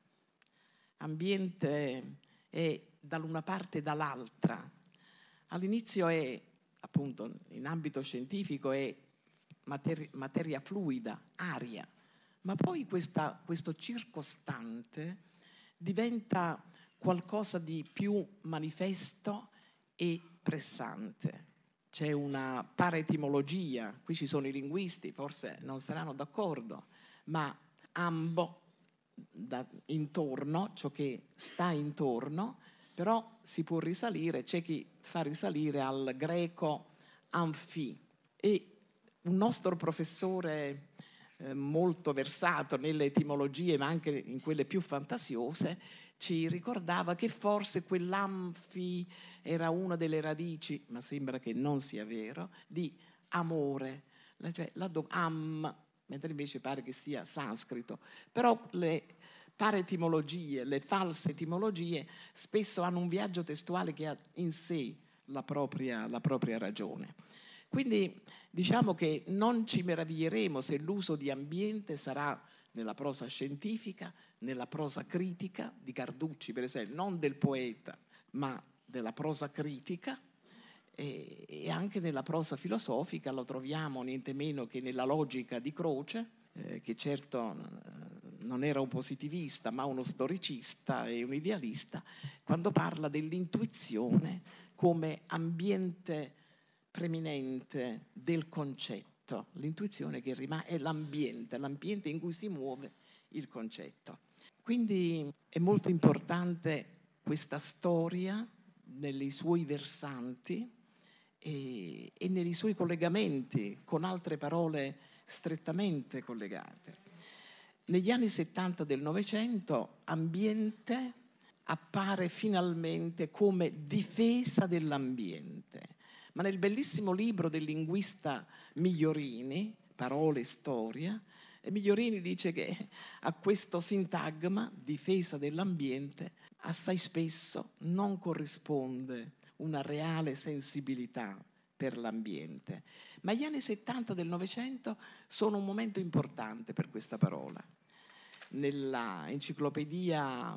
ambiente è dall'una parte e dall'altra. All'inizio è, appunto, in ambito scientifico è materia, materia fluida, aria, ma poi questa, questo circostante diventa qualcosa di più manifesto e pressante. C'è una paretimologia, qui ci sono i linguisti, forse non saranno d'accordo, ma ambo, da, intorno, ciò che sta intorno, però si può risalire, c'è chi fa risalire al greco amfi, e un nostro professore eh, molto versato nelle etimologie, ma anche in quelle più fantasiose, ci ricordava che forse quell'amfi era una delle radici, ma sembra che non sia vero, di amore, cioè la do, am, mentre invece pare che sia sanscrito. Però le paretimologie, le false etimologie, spesso hanno un viaggio testuale che ha in sé la propria, la propria ragione. Quindi diciamo che non ci meraviglieremo se l'uso di ambiente sarà nella prosa scientifica, nella prosa critica di Carducci, per esempio, non del poeta, ma della prosa critica, e, e anche nella prosa filosofica lo troviamo niente meno che nella logica di Croce, eh, che certo eh, non era un positivista, ma uno storicista e un idealista, quando parla dell'intuizione come ambiente preminente del concetto, l'intuizione che rimane è l'ambiente, l'ambiente in cui si muove il concetto. Quindi è molto importante questa storia nei suoi versanti e, e nei suoi collegamenti con altre parole strettamente collegate. Negli anni settanta del Novecento, ambiente appare finalmente come difesa dell'ambiente. Ma nel bellissimo libro del linguista Migliorini, Parole e Storia, Migliorini dice che a questo sintagma, difesa dell'ambiente, assai spesso non corrisponde una reale sensibilità per l'ambiente. Ma gli anni settanta del Novecento sono un momento importante per questa parola. Nella enciclopedia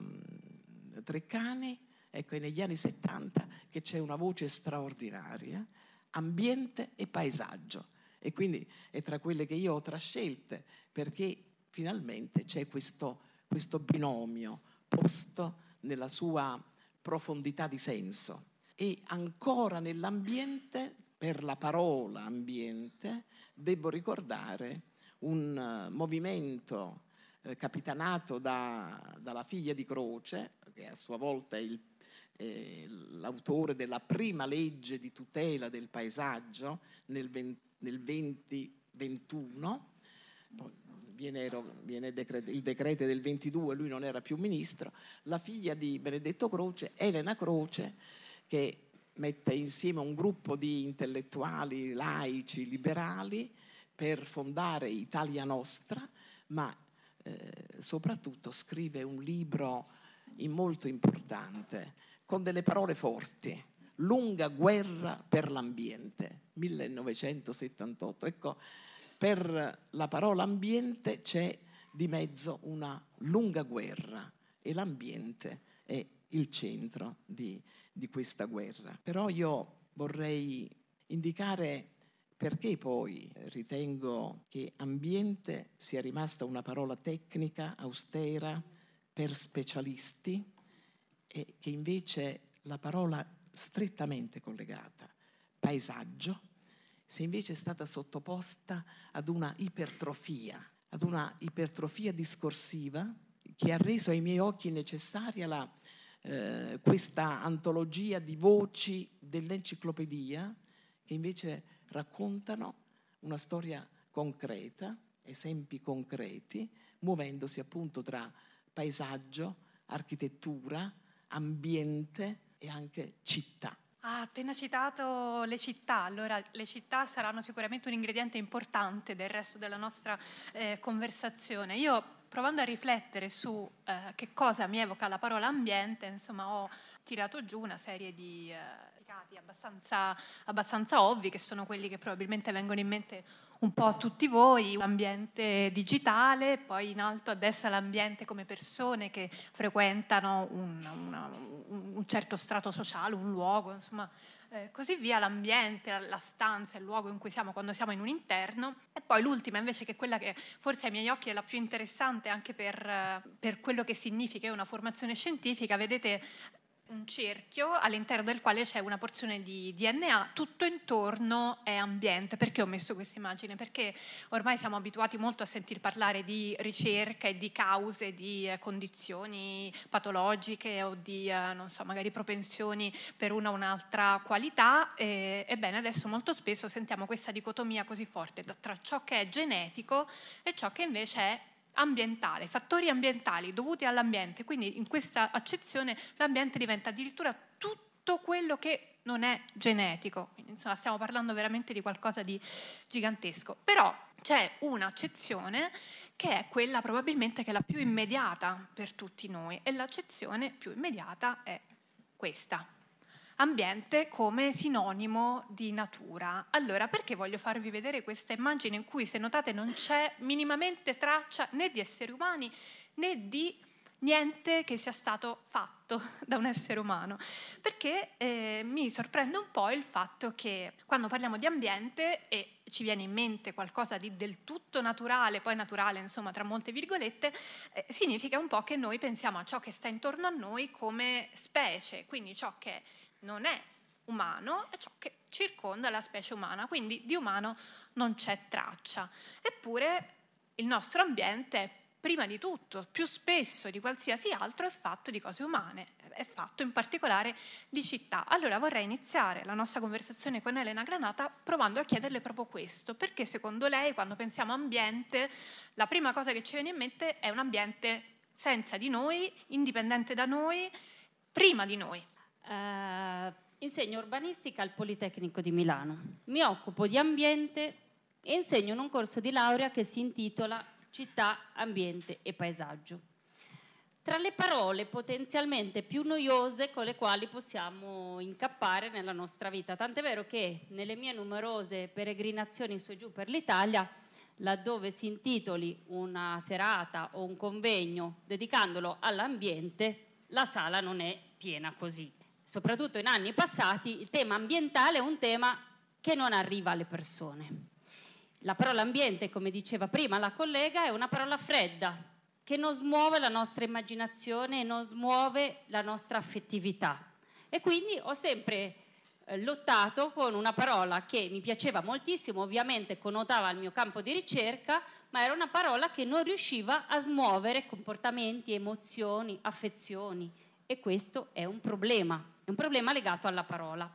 Treccani, ecco, è negli anni settanta che c'è una voce straordinaria, ambiente e paesaggio, e quindi è tra quelle che io ho trascelte, perché finalmente c'è questo, questo binomio posto nella sua profondità di senso. E ancora nell'ambiente, per la parola ambiente, devo ricordare un uh, movimento eh, capitanato da, dalla figlia di Croce, che a sua volta è il Eh, l'autore della prima legge di tutela del paesaggio nel, nel venti ventuno, poi viene, viene decret- il decreto del ventidue, lui non era più ministro, la figlia di Benedetto Croce, Elena Croce, che mette insieme un gruppo di intellettuali laici liberali per fondare Italia Nostra, ma eh, soprattutto scrive un libro molto importante, con delle parole forti: Lunga guerra per l'ambiente, millenovecentosettantotto. Ecco, per la parola ambiente c'è di mezzo una lunga guerra e l'ambiente è il centro di, di questa guerra. Però io vorrei indicare perché poi ritengo che ambiente sia rimasta una parola tecnica, austera, per specialisti, e che invece la parola strettamente collegata, paesaggio, sia invece stata sottoposta ad una ipertrofia, ad una ipertrofia discorsiva che ha reso ai miei occhi necessaria la, eh, questa antologia di voci dell'enciclopedia, che invece raccontano una storia concreta, esempi concreti, muovendosi appunto tra paesaggio, architettura, ambiente e anche città. Ha appena citato le città, allora le città saranno sicuramente un ingrediente importante del resto della nostra eh, conversazione. Io, provando a riflettere su eh, che cosa mi evoca la parola ambiente, insomma ho tirato giù una serie di eh, abbastanza, abbastanza ovvi, che sono quelli che probabilmente vengono in mente un po' a tutti voi: l'ambiente digitale, poi in alto a destra l'ambiente come persone che frequentano un, una, un certo strato sociale, un luogo, insomma, eh, così via, l'ambiente, la stanza, il luogo in cui siamo quando siamo in un interno. E poi l'ultima invece, che è quella che forse ai miei occhi è la più interessante anche per, per quello che significa una formazione scientifica. Vedete, un cerchio all'interno del quale c'è una porzione di D N A, tutto intorno è ambiente. Perché ho messo questa immagine? Perché ormai siamo abituati molto a sentir parlare di ricerca e di cause, di eh, condizioni patologiche o di, eh, non so, magari propensioni per una o un'altra qualità. E, ebbene, adesso molto spesso sentiamo questa dicotomia così forte tra ciò che è genetico e ciò che invece è ambientale, fattori ambientali dovuti all'ambiente. Quindi in questa accezione l'ambiente diventa addirittura tutto quello che non è genetico. Quindi, insomma, stiamo parlando veramente di qualcosa di gigantesco. Però c'è un'accezione che è quella probabilmente che è la più immediata per tutti noi, e l'accezione più immediata è questa: ambiente come sinonimo di natura. Allora, perché voglio farvi vedere questa immagine in cui, se notate, non c'è minimamente traccia né di esseri umani né di niente che sia stato fatto da un essere umano? Perché eh, mi sorprende un po' il fatto che quando parliamo di ambiente e ci viene in mente qualcosa di del tutto naturale, poi naturale insomma tra molte virgolette, eh, significa un po' che noi pensiamo a ciò che sta intorno a noi come specie, quindi ciò che non è umano è ciò che circonda la specie umana, quindi di umano non c'è traccia. Eppure il nostro ambiente è, prima di tutto, più spesso di qualsiasi altro, è fatto di cose umane, è fatto in particolare di città. Allora vorrei iniziare la nostra conversazione con Elena Granata provando a chiederle proprio questo: perché secondo lei, quando pensiamo ambiente, la prima cosa che ci viene in mente è un ambiente senza di noi, indipendente da noi, prima di noi? Uh, insegno urbanistica al Politecnico di Milano, mi occupo di ambiente e insegno in un corso di laurea che si intitola Città, Ambiente e Paesaggio. Tra le parole potenzialmente più noiose con le quali possiamo incappare nella nostra vita, tant'è vero che nelle mie numerose peregrinazioni su e giù per l'Italia, laddove si intitoli una serata o un convegno dedicandolo all'ambiente, la sala non è piena così. Soprattutto in anni passati il tema ambientale è un tema che non arriva alle persone. La parola ambiente, come diceva prima la collega, è una parola fredda che non smuove la nostra immaginazione e non smuove la nostra affettività. E quindi ho sempre eh, lottato con una parola che mi piaceva moltissimo, ovviamente connotava il mio campo di ricerca, ma era una parola che non riusciva a smuovere comportamenti, emozioni, affezioni. E questo è un problema, è un problema legato alla parola.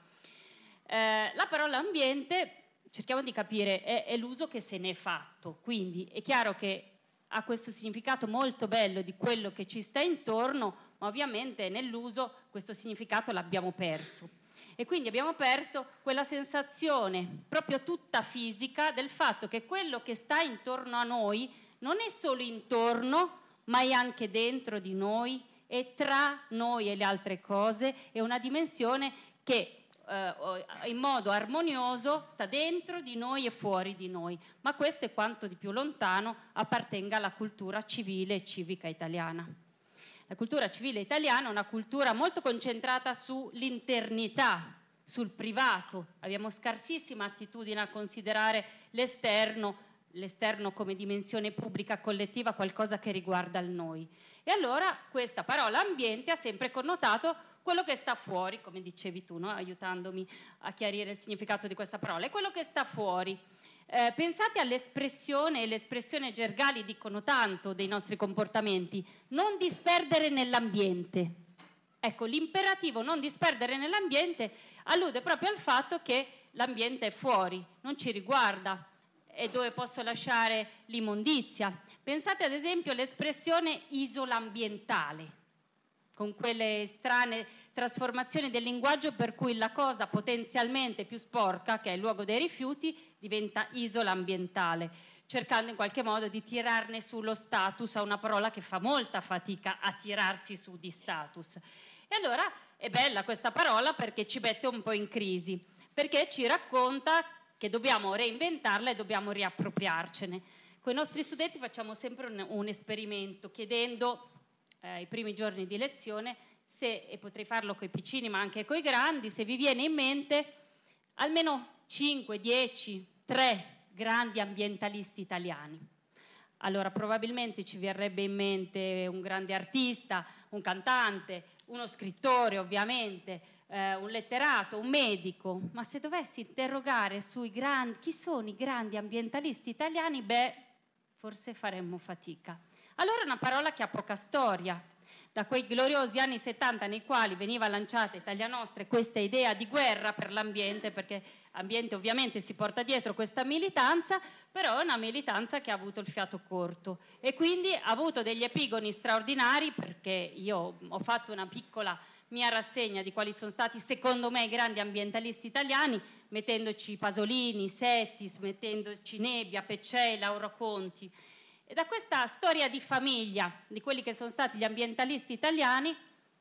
Eh, la parola ambiente, cerchiamo di capire, è, è l'uso che se ne è fatto, quindi è chiaro che ha questo significato molto bello di quello che ci sta intorno, ma ovviamente nell'uso questo significato l'abbiamo perso. E quindi abbiamo perso quella sensazione proprio tutta fisica del fatto che quello che sta intorno a noi non è solo intorno, ma è anche dentro di noi, e tra noi e le altre cose, è una dimensione che eh, in modo armonioso sta dentro di noi e fuori di noi, ma questo è quanto di più lontano appartenga alla cultura civile e civica italiana. La cultura civile italiana è una cultura molto concentrata sull'internità, sul privato. Abbiamo scarsissima attitudine a considerare l'esterno, l'esterno come dimensione pubblica, collettiva, qualcosa che riguarda il noi. E allora questa parola ambiente ha sempre connotato quello che sta fuori, come dicevi tu, no? Aiutandomi a chiarire il significato di questa parola, è quello che sta fuori. Eh, pensate all'espressione, e le espressioni gergali dicono tanto dei nostri comportamenti: non disperdere nell'ambiente. Ecco, l'imperativo non disperdere nell'ambiente allude proprio al fatto che l'ambiente è fuori, non ci riguarda, è dove posso lasciare l'immondizia. Pensate ad esempio all'espressione isola ambientale, con quelle strane trasformazioni del linguaggio per cui la cosa potenzialmente più sporca, che è il luogo dei rifiuti, diventa isola ambientale, cercando in qualche modo di tirarne su lo status a una parola che fa molta fatica a tirarsi su di status. E allora è bella questa parola perché ci mette un po' in crisi, perché ci racconta che dobbiamo reinventarla e dobbiamo riappropriarcene. Con i nostri studenti facciamo sempre un, un esperimento, chiedendo eh, ai primi giorni di lezione, se, e potrei farlo con i piccini ma anche con i grandi, se vi viene in mente almeno cinque, dieci, tre grandi ambientalisti italiani. Allora probabilmente ci verrebbe in mente un grande artista, un cantante, uno scrittore ovviamente, eh, un letterato, un medico, ma se dovessi interrogare sui grandi, chi sono i grandi ambientalisti italiani, beh, forse faremmo fatica. Allora una parola che ha poca storia. Da quei gloriosi anni settanta nei quali veniva lanciata Italia Nostra questa idea di guerra per l'ambiente, perché ambiente ovviamente si porta dietro questa militanza, però è una militanza che ha avuto il fiato corto e quindi ha avuto degli epigoni straordinari, perché io ho fatto una piccola mia rassegna di quali sono stati secondo me i grandi ambientalisti italiani, mettendoci Pasolini, Settis, mettendoci Nebbia, Peccei, Lauro Conti. E da questa storia di famiglia di quelli che sono stati gli ambientalisti italiani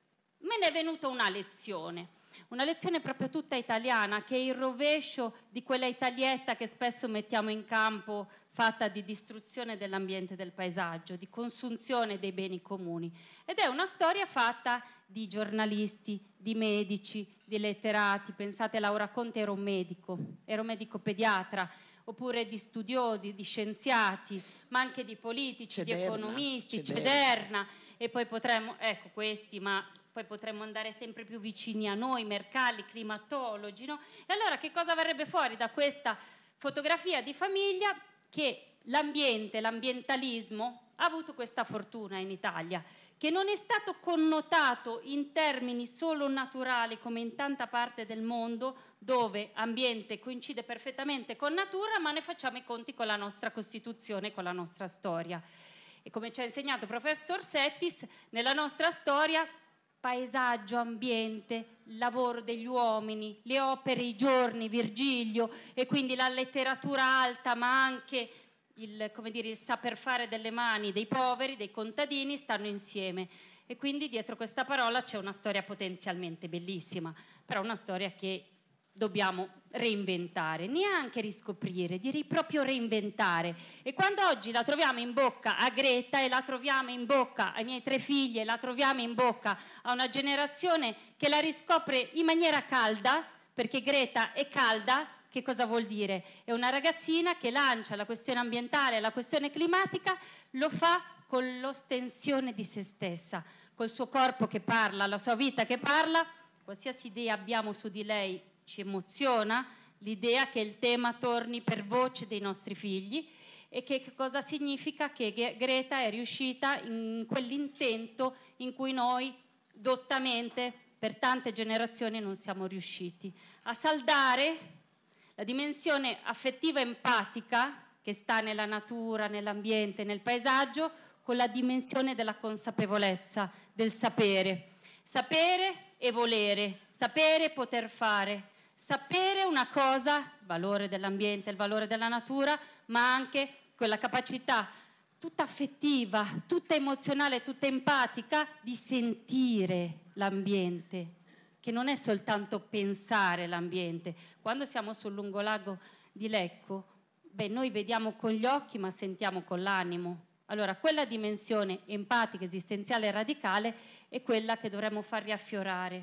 me ne è venuta una lezione, una lezione proprio tutta italiana, che è il rovescio di quella Italietta che spesso mettiamo in campo, fatta di distruzione dell'ambiente e del paesaggio, di consunzione dei beni comuni. Ed è una storia fatta di giornalisti, di medici, di letterati. Pensate, Laura Conte era un medico, era un medico pediatra, oppure di studiosi, di scienziati, ma anche di politici, Cederna, di economisti, Cederna. Cederna, e poi potremmo, ecco questi, ma poi potremmo andare sempre più vicini a noi, Mercalli, climatologi, no? E allora che cosa verrebbe fuori da questa fotografia di famiglia? Che l'ambiente, l'ambientalismo ha avuto questa fortuna in Italia, che non è stato connotato in termini solo naturali come in tanta parte del mondo, dove ambiente coincide perfettamente con natura, ma ne facciamo i conti con la nostra Costituzione, con la nostra storia. E come ci ha insegnato il professor Settis, nella nostra storia paesaggio, ambiente, lavoro degli uomini, le opere, i giorni, Virgilio, e quindi la letteratura alta, ma anche il, come dire, il saper fare delle mani dei poveri, dei contadini, stanno insieme. E quindi dietro questa parola c'è una storia potenzialmente bellissima, però una storia che dobbiamo reinventare, neanche riscoprire, direi proprio reinventare. E quando oggi la troviamo in bocca a Greta e la troviamo in bocca ai miei tre figli e la troviamo in bocca a una generazione che la riscopre in maniera calda, perché Greta è calda, che cosa vuol dire? È una ragazzina che lancia la questione ambientale, la questione climatica, lo fa con l'ostensione di se stessa, col suo corpo che parla, la sua vita che parla. Qualsiasi idea abbiamo su di lei ci emoziona, l'idea che il tema torni per voce dei nostri figli. E che cosa significa? Che Greta è riuscita in quell'intento in cui noi dottamente per tante generazioni non siamo riusciti a saldare la dimensione affettiva empatica che sta nella natura, nell'ambiente, nel paesaggio, con la dimensione della consapevolezza, del sapere. Sapere e volere, sapere e poter fare, sapere una cosa, il valore dell'ambiente, il valore della natura, ma anche quella capacità tutta affettiva, tutta emozionale, tutta empatica di sentire l'ambiente, che non è soltanto pensare l'ambiente. Quando siamo sul lungolago di Lecco, beh, noi vediamo con gli occhi ma sentiamo con l'animo. Allora quella dimensione empatica, esistenziale e radicale è quella che dovremmo far riaffiorare.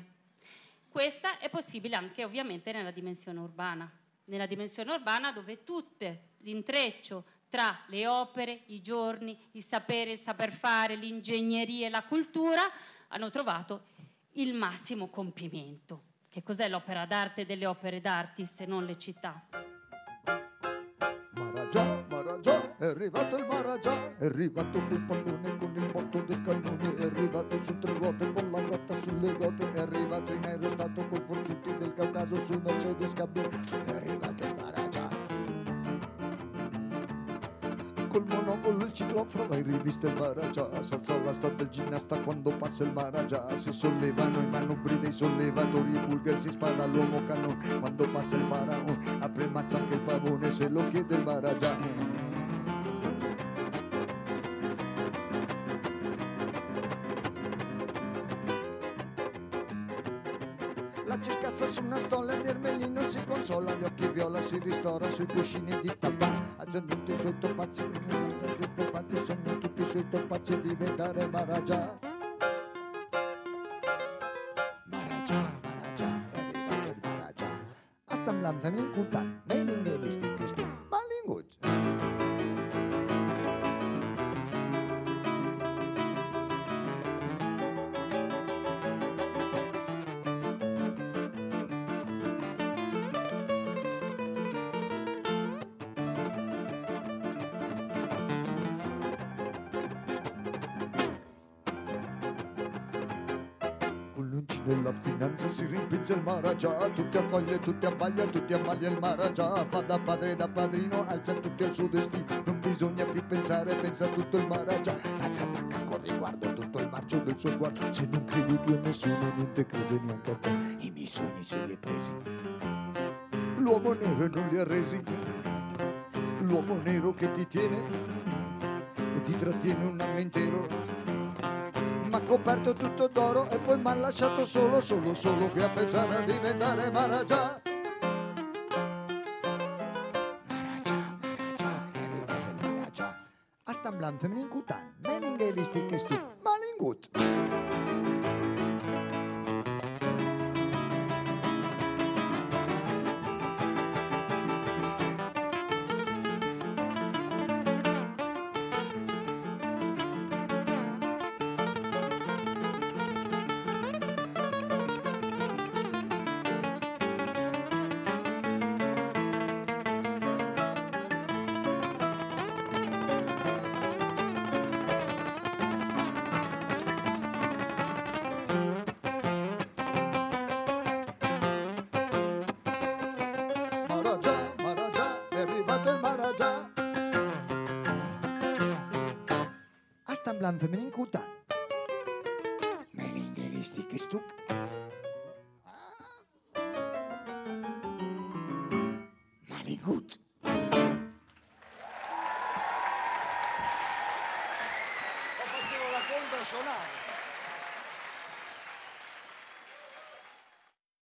Questa è possibile anche ovviamente nella dimensione urbana, nella dimensione urbana dove tutte l'intreccio tra le opere, i giorni, il sapere, il saper fare, l'ingegneria e la cultura hanno trovato il massimo compimento. Che cos'è l'opera d'arte delle opere d'arte se non le città? Maragia, Maragia, è arrivato il Maragia, è arrivato quel pallone con il botto dei cannoni, è arrivato su tre ruote con la gotta sulle gote, è arrivato in aerostato con forzuti del Caucaso sul Mercedes Cabrio, è arrivato il Maragia. Col monocolo il ciclofro vai rivista il Maragia, salza la sta del ginnasta quando passa il Maragia, si sollevano i manubri dei sollevatori, i bulgari si spara all'uomo canone, quando passa il faraone apre il mazzo anche il pavone se lo chiede il Maragia. La circazza su una stola ed Ermelino si consola, gli occhi viola si ristora sui cuscini di tabà. Sono tutti i suoi topazzi, sono tutti i suoi topazzi di diventare Maragia. Maragia, Maragia, è arrivato il Maragia. Asta mlan femin kutan, ne lingelisti questo, ma lingucci. nella finanza si rimpinza il Maharaja, tutti accoglie, tutti abbaglia, tutti ammaglia il Maharaja, fa da padre e da padrino, alza tutti al suo destino, non bisogna più pensare, pensa tutto il Maharaja, attacca con riguardo tutto il marcio del suo sguardo, se non credi più a nessuno, niente crede neanche a te, i miei sogni se li hai presi, l'uomo nero e non li ha resi, l'uomo nero che ti tiene e ti trattiene un anno intero, m'ha coperto tutto d'oro e poi m'ha lasciato solo, solo, solo che a pensare a diventare Maharaja. Maharaja, Maharaja, è arrivato il Maharaja. Astan blan feminin kutan, mening e listik e stu, malingut. Blan feminin kutan. Meling e listik e stuk. Malingut. Facevo la contra suonare.